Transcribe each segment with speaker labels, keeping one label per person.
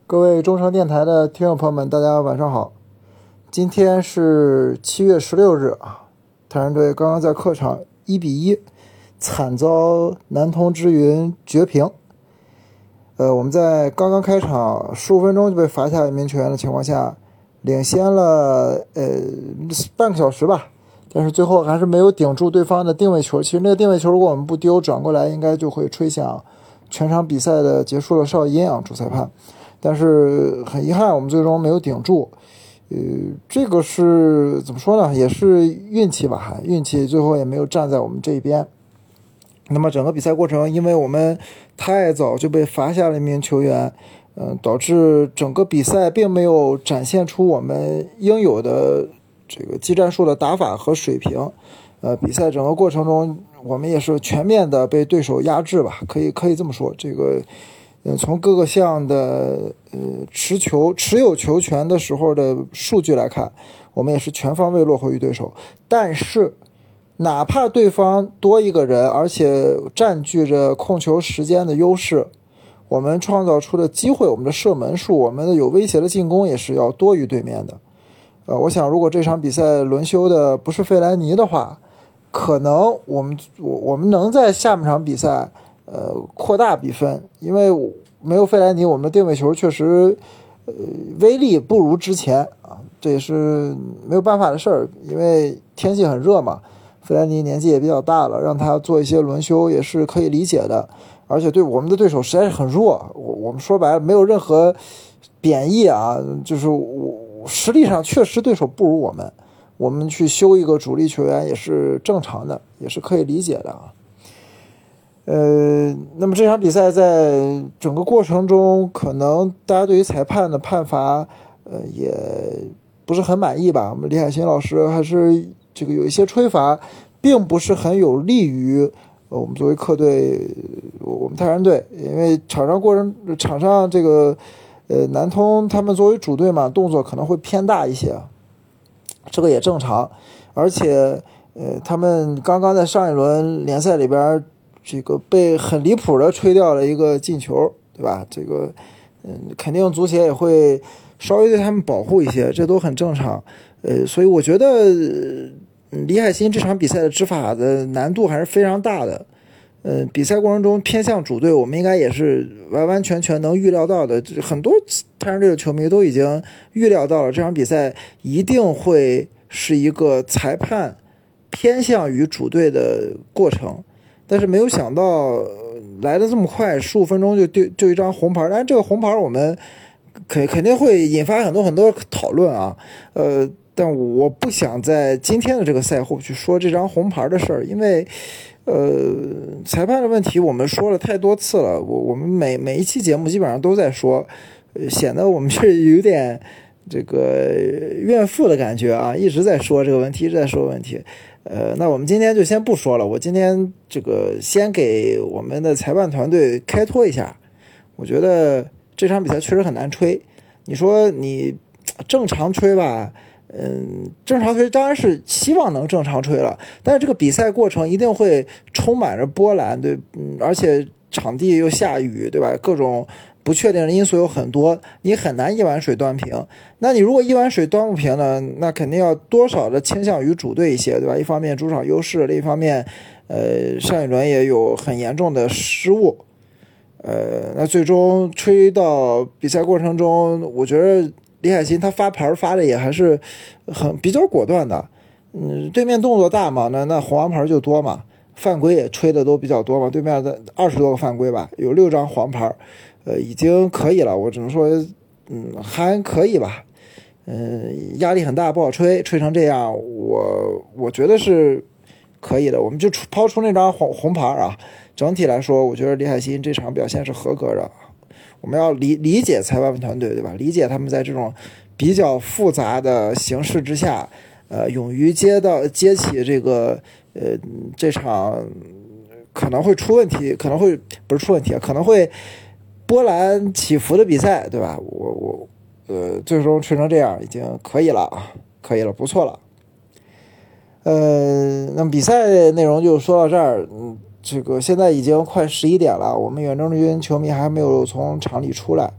Speaker 1: 各位中诚电台的听众朋友们，大家晚上好。今天是7月16日啊，太阳队刚刚在客场1-1惨遭南通之云绝平。我们在刚刚开场15分钟就被罚下一名球员的情况下，领先了半个小时吧，但是最后还是没有顶住对方的定位球。其实那个定位球如果我们不丢，转过来应该就会吹响全场比赛的结束的哨音啊，主裁判。但是很遗憾，我们最终没有顶住。这个是怎么说呢？也是运气吧，运气最后也没有站在我们这一边。那么整个比赛过程，因为我们太早就被罚下了一名球员，导致整个比赛并没有展现出我们应有的这个技战术的打法和水平。比赛整个过程中，我们也是全面的被对手压制吧，可以这么说。这个从各个项的持有球权的时候的数据来看，我们也是全方位落后于对手。但是哪怕对方多一个人，而且占据着控球时间的优势，我们创造出的机会，我们的射门数，我们的有威胁的进攻也是要多于对面的。我想如果这场比赛轮休的不是费莱尼的话，可能我们能在下面场比赛扩大比分，因为没有费莱尼，我们的定位球确实威力不如之前啊，这也是没有办法的事儿，因为天气很热嘛，费莱尼年纪也比较大了，让他做一些轮休也是可以理解的。而且对我们的对手实在是很弱，我们说白了没有任何贬义啊，就是实力上确实对手不如我们去休一个主力球员也是正常的，也是可以理解的啊。那么这场比赛在整个过程中，可能大家对于裁判的判罚，也不是很满意吧。我们李海鑫老师还是这个有一些吹罚，并不是很有利于我们作为客队，我们泰山队，因为场上这个南通他们作为主队嘛，动作可能会偏大一些，这个也正常。而且他们刚刚在上一轮联赛里边，这个被很离谱的吹掉了一个进球，对吧？这个肯定足协也会稍微对他们保护一些，这都很正常。所以我觉得李海鑫这场比赛的执法的难度还是非常大的。比赛过程中偏向主队，我们应该也是完完全全能预料到的。很多泰山队的球迷都已经预料到了这场比赛一定会是一个裁判偏向于主队的过程，但是没有想到来得这么快，15分钟就一张红牌。但是这个红牌我们肯定会引发很多讨论啊。但我不想在今天的这个赛后去说这张红牌的事儿，因为裁判的问题我们说了太多次了，我们每一期节目基本上都在说，显得我们是有点这个怨妇的感觉啊，一直在说这个问题，一直在说问题。那我们今天就先不说了，我今天这个先给我们的裁判团队开脱一下。我觉得这场比赛确实很难吹，你说你正常吹吧，正常吹当然是希望能正常吹了，但是这个比赛过程一定会充满着波澜，对，而且场地又下雨，对吧？各种不确定的因素有很多，你很难一碗水端平。那你如果一碗水端不平呢，那肯定要多少的倾向于主队一些，对吧？一方面主场优势，另一方面，上一轮也有很严重的失误。那最终吹到比赛过程中，我觉得李海鑫他发牌发的也还是比较果断的。对面动作大嘛，那红黄牌就多嘛，犯规也吹的都比较多嘛，对面的20多个犯规吧，有6张黄牌，已经可以了，我只能说还可以吧。压力很大，不好吹成这样，我觉得是可以的。我们就抛出那张红牌啊，整体来说我觉得李海鑫这场表现是合格的。我们要理解裁判团队，对吧？理解他们在这种比较复杂的形势之下，勇于接起这个这场可能会出问题，可能会不是出问题，可能会波澜起伏的比赛，对吧？我最终吹成这样已经可以了啊，可以了，不错了。那么比赛内容就说到这儿。这个现在已经快11点了，我们远征军球迷还没有从场里出来。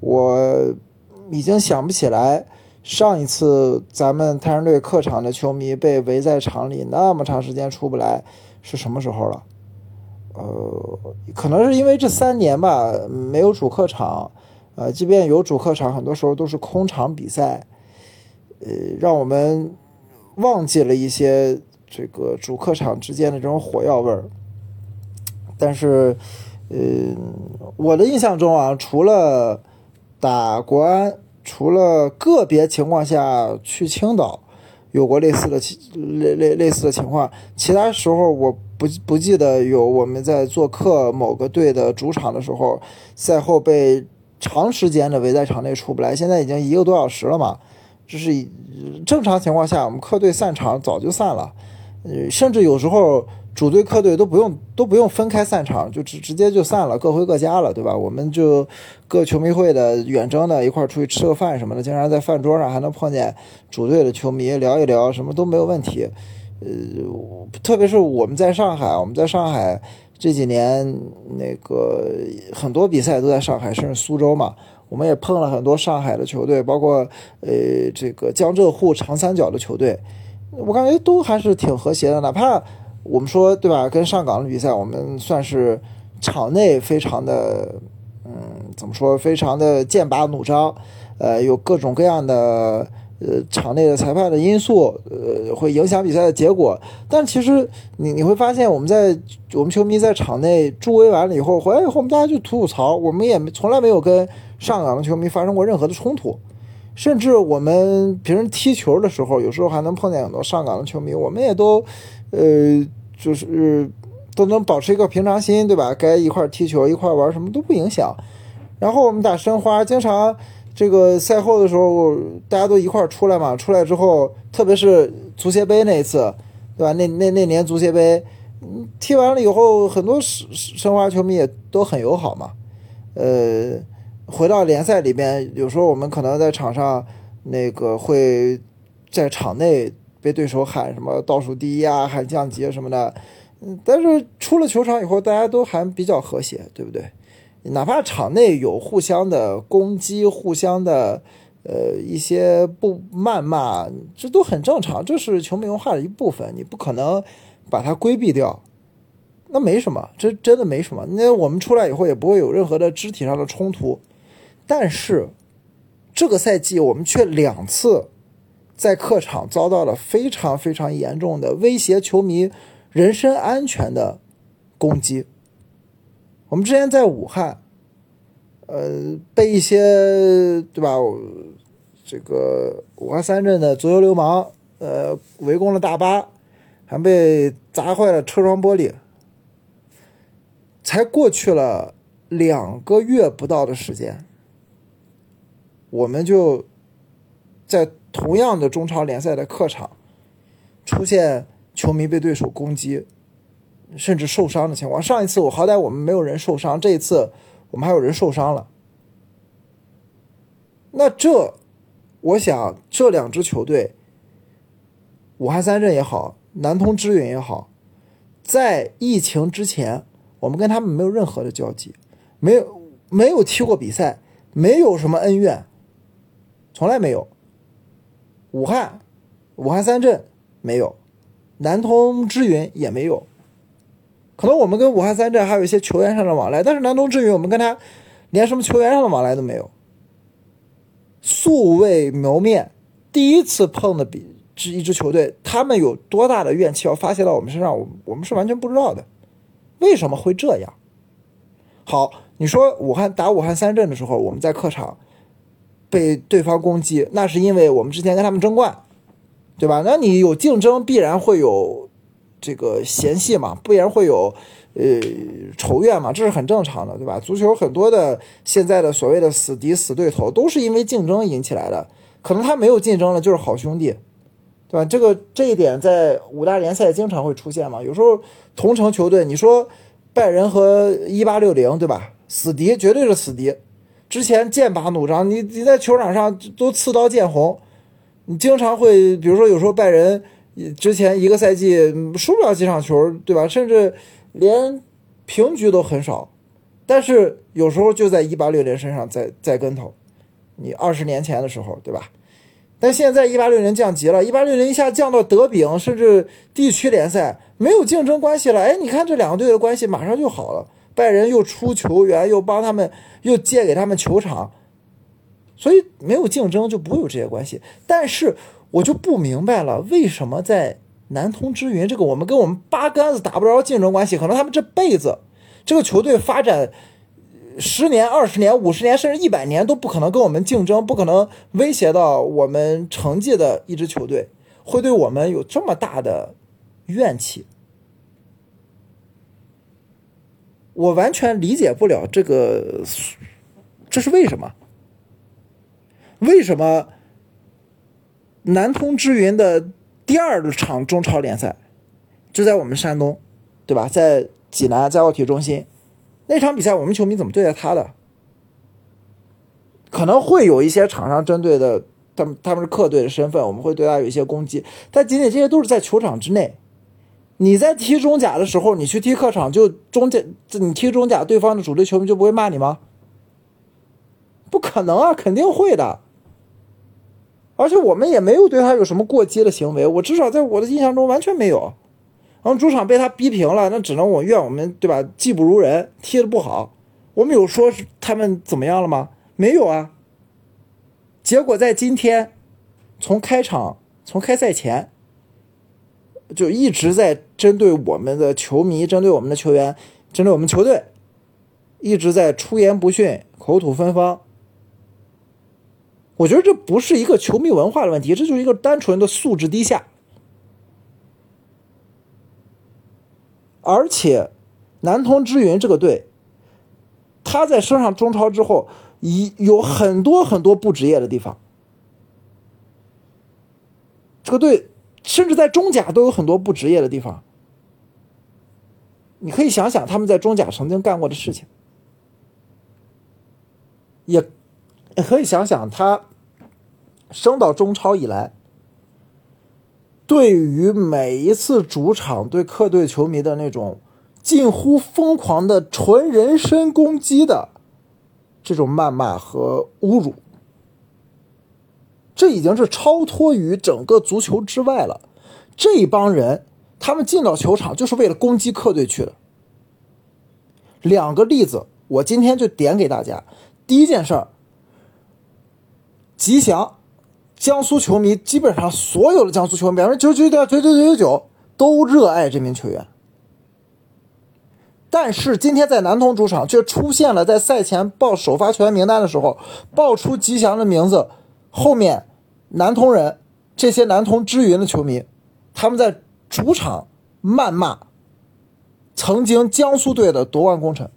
Speaker 1: 我已经想不起来上一次咱们泰山队客场的球迷被围在场里那么长时间出不来是什么时候了。可能是因为这3年吧，没有主客场，即便有主客场，很多时候都是空场比赛，让我们忘记了一些这个主客场之间的这种火药味儿。但是，我的印象中啊，除了打国安，除了个别情况下去青岛有过类似的情况，其他时候我不记得有我们在做客某个队的主场的时候，赛后被长时间的围在场内出不来。现在已经1个多小时了嘛，这是正常情况下我们客队散场早就散了，甚至有时候主队客队都不用分开散场，就直接就散了，各回各家了，对吧？我们就各球迷会的远征的一块出去吃个饭什么的，经常在饭桌上还能碰见主队的球迷聊一聊，什么都没有问题。特别是我们在上海这几年那个很多比赛都在上海甚至苏州嘛，我们也碰了很多上海的球队，包括这个江浙沪长三角的球队，我感觉都还是挺和谐的。哪怕我们说对吧，跟上港的比赛我们算是场内非常的怎么说，非常的剑拔弩张，有各种各样的场内的裁判的因素，会影响比赛的结果。但其实你会发现，我们球迷在场内助威完了以后，回来以后我们大家就吐槽，我们也从来没有跟上港的球迷发生过任何的冲突。甚至我们平时踢球的时候，有时候还能碰见很多上港的球迷，我们也都就是都能保持一个平常心，对吧？该一块踢球一块玩什么都不影响。然后我们打申花，经常这个赛后的时候大家都一块出来嘛，出来之后特别是足协杯那一次，对吧？那年足协杯踢完了以后，很多申花球迷也都很友好嘛。回到联赛里边，有时候我们可能在场上那个会在场内被对手喊什么倒数第一啊，喊降级什么的，但是出了球场以后大家都还比较和谐，对不对？哪怕场内有互相的攻击，互相的一些不谩骂，这都很正常，这是球迷文化的一部分，你不可能把它规避掉。那没什么，这真的没什么。那我们出来以后也不会有任何的肢体上的冲突。但是这个赛季我们却2次在客场遭到了非常非常严重的威胁球迷人身安全的攻击。我们之前在武汉被一些对吧，这个武汉3镇的足球流氓围攻了大巴，还被砸坏了车窗玻璃。才过去了2个月不到的时间，我们就在同样的中超联赛的客场出现球迷被对手攻击甚至受伤的情况。上一次好歹我们没有人受伤，这一次我们还有人受伤了。那我想这2支球队，武汉3镇也好，南通知云也好，在疫情之前我们跟他们没有任何的交集，没有踢过比赛，没有什么恩怨，从来没有。武汉3镇没有，南通知云也没有。可能我们跟武汉3镇还有一些球员上的往来，但是南通知云我们跟他连什么球员上的往来都没有，素未谋面。第一次碰的一支球队，他们有多大的怨气要发泄到我们身上，我们是完全不知道的。为什么会这样？好，你说打武汉3镇的时候，我们在客场被对方攻击，那是因为我们之前跟他们争冠，对吧？那你有竞争，必然会有这个嫌隙嘛，必然会有仇怨嘛，这是很正常的，对吧？足球很多的现在的所谓的死敌死对头，都是因为竞争引起来的。可能他没有竞争了，就是好兄弟，对吧？这一点在5大联赛经常会出现嘛。有时候同城球队，你说拜仁和1860，对吧？死敌，绝对是死敌。之前剑拔弩张，你在球场上都刺刀见红，你经常会，比如说有时候拜仁之前一个赛季输不了几场球，对吧？甚至连平局都很少。 但是有时候就在1860身上栽跟头。你20年前的时候，对吧？但现在1860降级了，1860一下降到德丙甚至地区联赛，没有竞争关系了。哎，你看这两个队的关系马上就好了，拜仁又出球员，又帮他们，又借给他们球场，所以没有竞争就不会有这些关系。但是我就不明白了，为什么在南通之云这个我们跟我们八竿子打不着竞争关系，可能他们这辈子这个球队发展10年、20年、50年，甚至100年都不可能跟我们竞争，不可能威胁到我们成绩的一支球队，会对我们有这么大的怨气。我完全理解不了这是为什么？为什么南通之云的第2场中超联赛就在我们山东，对吧？在济南，在奥体中心那场比赛，我们球迷怎么对待他的？可能会有一些场上针对的，他们是客队的身份，我们会对他有一些攻击，但仅仅这些都是在球场之内。你在踢中甲的时候，你去踢客场，你踢中甲，对方的主力球迷就不会骂你吗？不可能啊，肯定会的。而且我们也没有对他有什么过激的行为，我至少在我的印象中完全没有。然后主场被他逼平了，那只能我们对吧？技不如人，踢得不好，我们有说是他们怎么样了吗？没有啊。结果在今天，从开赛前，就一直在针对我们的球迷，针对我们的球员，针对我们球队，一直在出言不逊，口吐芬芳。我觉得这不是一个球迷文化的问题，这就是一个单纯的素质低下。而且南通之云这个队，他在升上中超之后有很多很多不职业的地方，这个队甚至在中甲都有很多不职业的地方。你可以想想他们在中甲曾经干过的事情，也可以想想他升到中超以来，对于每一次主场对客队球迷的那种近乎疯狂的纯人身攻击的这种谩骂和侮辱，这已经是超脱于整个足球之外了。这一帮人他们进到球场就是为了攻击客队去的。2个例子我今天就点给大家。第一件事儿，吉祥江苏球迷，基本上所有的江苏球迷99.99999%都热爱这名球员。但是今天在南通主场却出现了在赛前报首发球员名单的时候，报出吉祥的名字，后面南通人，这些南通之云的球迷，他们在主场谩骂曾经江苏队的夺冠功臣。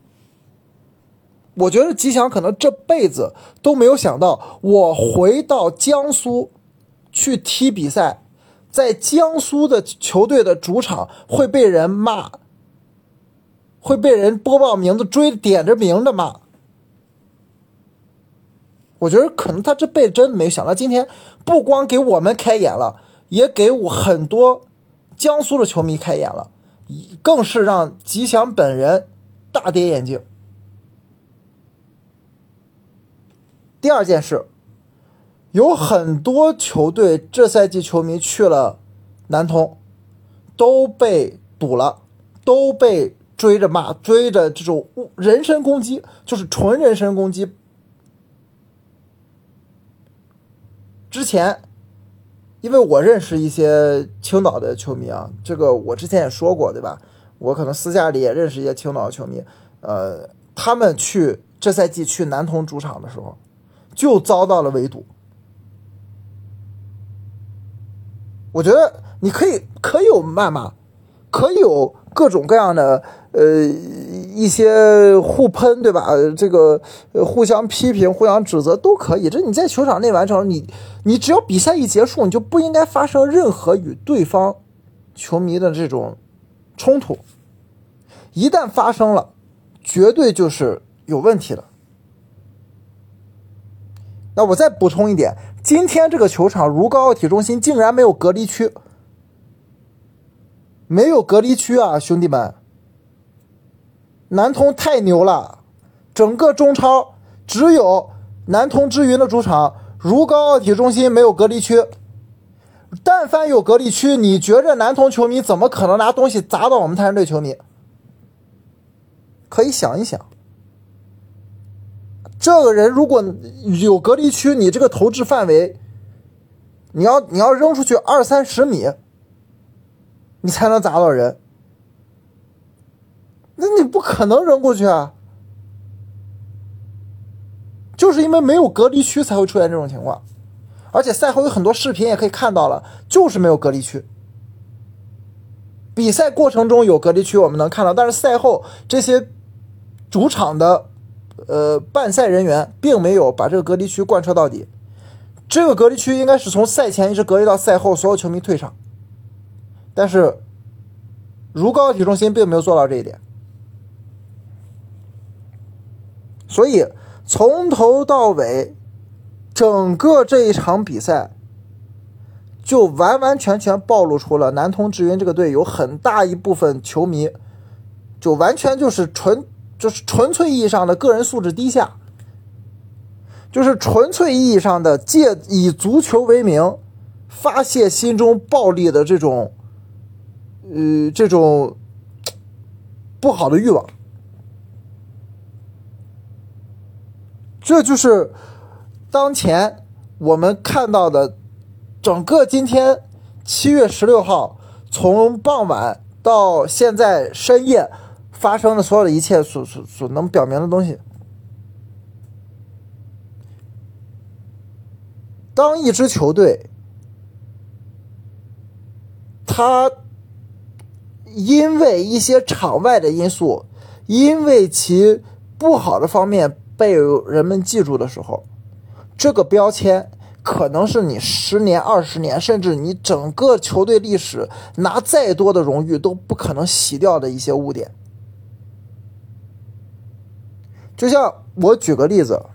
Speaker 1: 我觉得吉祥可能这辈子都没有想到，我回到江苏去踢比赛，在江苏的球队的主场会被人骂，会被人播报名字点着名的骂。我觉得可能他这辈子真的没有想到，今天不光给我们开眼了，也给我很多江苏的球迷开眼了，更是让吉祥本人大跌眼镜。第二件事，有很多球队这赛季球迷去了南通，都被堵了，都被追着骂，追着这种人身攻击，就是纯人身攻击。之前因为我认识一些青岛的球迷啊，这个我之前也说过，对吧？我可能私下里也认识一些青岛的球迷，他们这赛季去南通主场的时候就遭到了围堵。我觉得你可以有谩骂，可以有各种各样的一些互喷，对吧？这个互相批评、互相指责都可以。这你在球场内完成，你只要比赛一结束，你就不应该发生任何与对方球迷的这种冲突。一旦发生了，绝对就是有问题的。那我再补充一点，今天这个球场如皋奥体中心竟然没有隔离区，没有隔离区啊，兄弟们！ 南通太牛了，整个中超只有南通之云的主场如皋奥体中心没有隔离区，但凡有隔离区，你觉着南通球迷怎么可能拿东西砸到我们太阳队球迷？可以想一想，这个人如果有隔离区，你这个投掷范围，你要扔出去20-30米，你才能砸到人，那你不可能扔过去啊！就是因为没有隔离区才会出现这种情况，而且赛后有很多视频也可以看到了，就是没有隔离区。比赛过程中有隔离区我们能看到，但是赛后这些主场的办赛人员并没有把这个隔离区贯彻到底。这个隔离区应该是从赛前一直隔离到赛后，所有球迷退场，但是如皋体中心并没有做到这一点。所以从头到尾整个这一场比赛就完完全全暴露出了南通之云这个队有很大一部分球迷就完全就是纯粹意义上的个人素质低下，就是纯粹意义上的借以足球为名发泄心中暴力的这种不好的欲望。这就是当前我们看到的整个今天7月16号从傍晚到现在深夜发生的所有的一切所能表明的东西。当一支球队他因为一些场外的因素，因为其不好的方面被人们记住的时候，这个标签可能是你10年、20年，甚至你整个球队历史拿再多的荣誉都不可能洗掉的一些污点。就像我举个例子，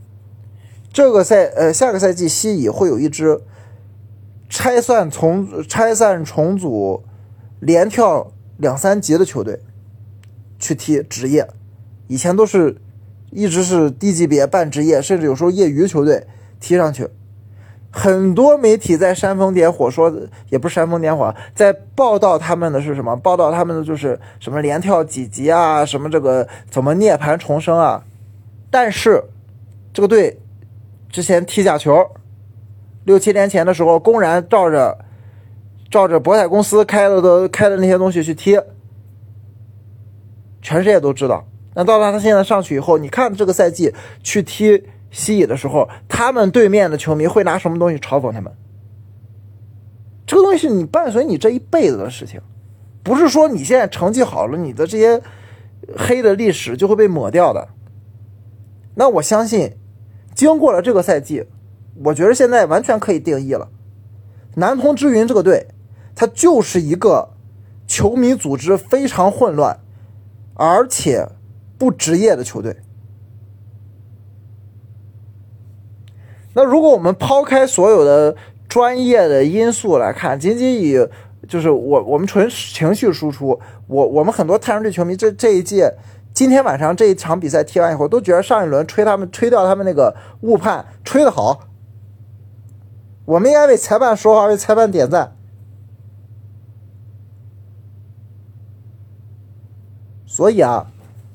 Speaker 1: 下个赛季西乙会有一支拆散重组连跳2-3级的球队去踢职业，以前都是一直是低级别半职业，甚至有时候业余球队踢上去。很多媒体在煽风点火说，也不是煽风点火，在报道他们的是什么？报道他们的就是什么连跳几级啊，什么这个怎么涅槃重生啊。但是这个队之前踢假球，6-7年前的时候公然照着博彩公司开的那些东西去踢，全世界都知道。那到了他现在上去以后，你看这个赛季去踢西乙的时候，他们对面的球迷会拿什么东西嘲讽他们？这个东西是你伴随你这一辈子的事情，不是说你现在成绩好了，你的这些黑的历史就会被抹掉的。那我相信经过了这个赛季，我觉得现在完全可以定义了，南通之云这个队它就是一个球迷组织非常混乱而且不职业的球队。那如果我们抛开所有的专业的因素来看，仅仅以就是我们纯情绪输出，我们很多太阳队球迷这一届今天晚上这一场比赛踢完以后，都觉得上一轮吹掉他们那个误判吹得好，我们应该为裁判说话，为裁判点赞。所以啊，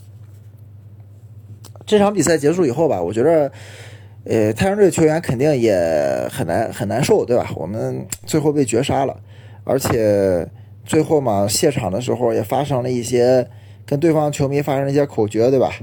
Speaker 1: 这场比赛结束以后吧，我觉得太阳队球员肯定也很难受，对吧？我们最后被绝杀了，而且最后嘛，谢场的时候也发生了一些跟对方球迷发生了一些口角，对吧？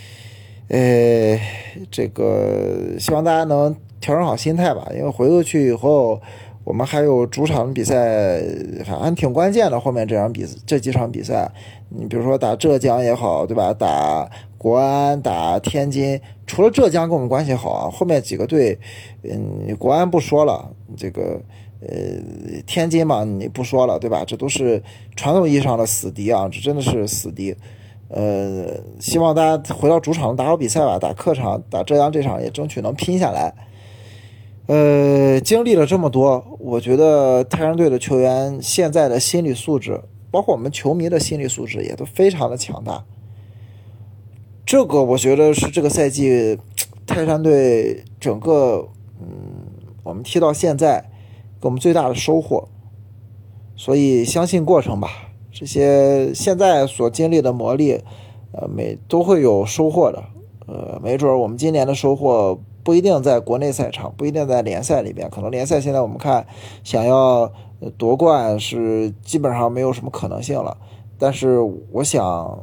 Speaker 1: 这个希望大家能调整好心态吧，因为回过去以后，我们还有主场比赛，还挺关键的。后面这几场比赛，你比如说打浙江也好，对吧？打国安、打天津，除了浙江跟我们关系好啊，后面几个队，国安不说了，这个天津嘛你不说了，对吧？这都是传统意义上的死敌啊，这真的是死敌。希望大家回到主场打好比赛吧，打客场打浙江这场也争取能拼下来。经历了这么多，我觉得太阳队的球员现在的心理素质，包括我们球迷的心理素质也都非常的强大。 这个我觉得是这个赛季泰山队整个我们踢到现在给我们最大的收获，所以相信过程吧，这些现在所经历的磨砺都会有收获的，没准我们今年的收获不一定在国内赛场，不一定在联赛里边，可能联赛现在我们看想要夺冠是基本上没有什么可能性了，但是我想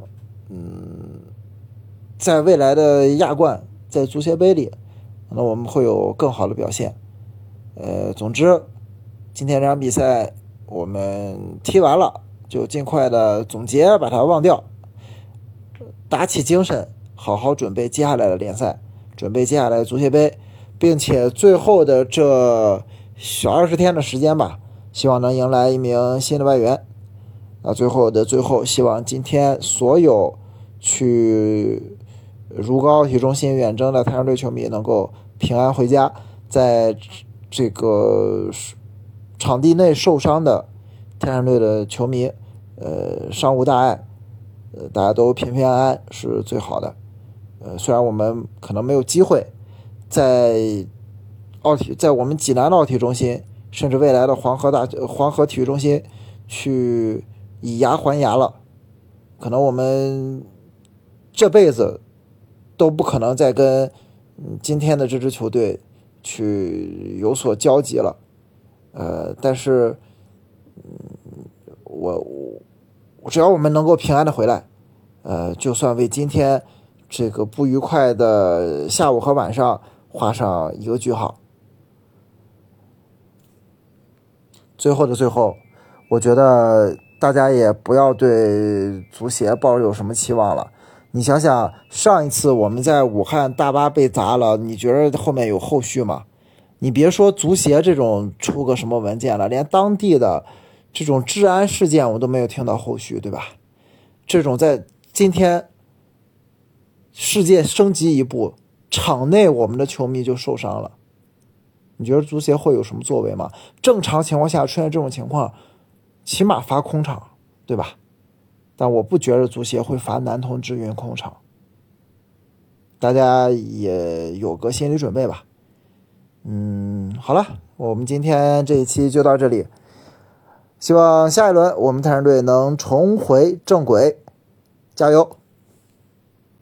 Speaker 1: 在未来的亚冠，在足协杯里可能我们会有更好的表现。总之今天这场比赛我们踢完了，就尽快的总结，把它忘掉，打起精神，好好准备接下来的联赛，准备接下来的足协杯，并且最后的这小20天的时间吧，希望能迎来一名新的外援。最后的最后，希望今天所有去如皋奥体中心远征的泰山队球迷能够平安回家，在这个场地内受伤的泰山队的球迷伤无大碍，大家都平平安安是最好的。虽然我们可能没有机会在我们济南的奥体中心，甚至未来的黄河体育中心去以牙还牙了，可能我们这辈子都不可能再跟今天的这支球队去有所交集了。但是只要我们能够平安的回来，就算为今天这个不愉快的下午和晚上画上一个句号。最后的最后，我觉得大家也不要对足协抱有什么期望了。你想想，上一次我们在武汉大巴被砸了，你觉得后面有后续吗？你别说足协这种出个什么文件了，连当地的这种治安事件我都没有听到后续，对吧？这种在今天世界升级一步，场内我们的球迷就受伤了，你觉得足协会有什么作为吗？正常情况下出现这种情况，起码罚空场，对吧？但我不觉得足协会罚男同志运空场，大家也有个心理准备吧。好了，我们今天这一期就到这里，希望下一轮我们泰山队能重回正轨，加油！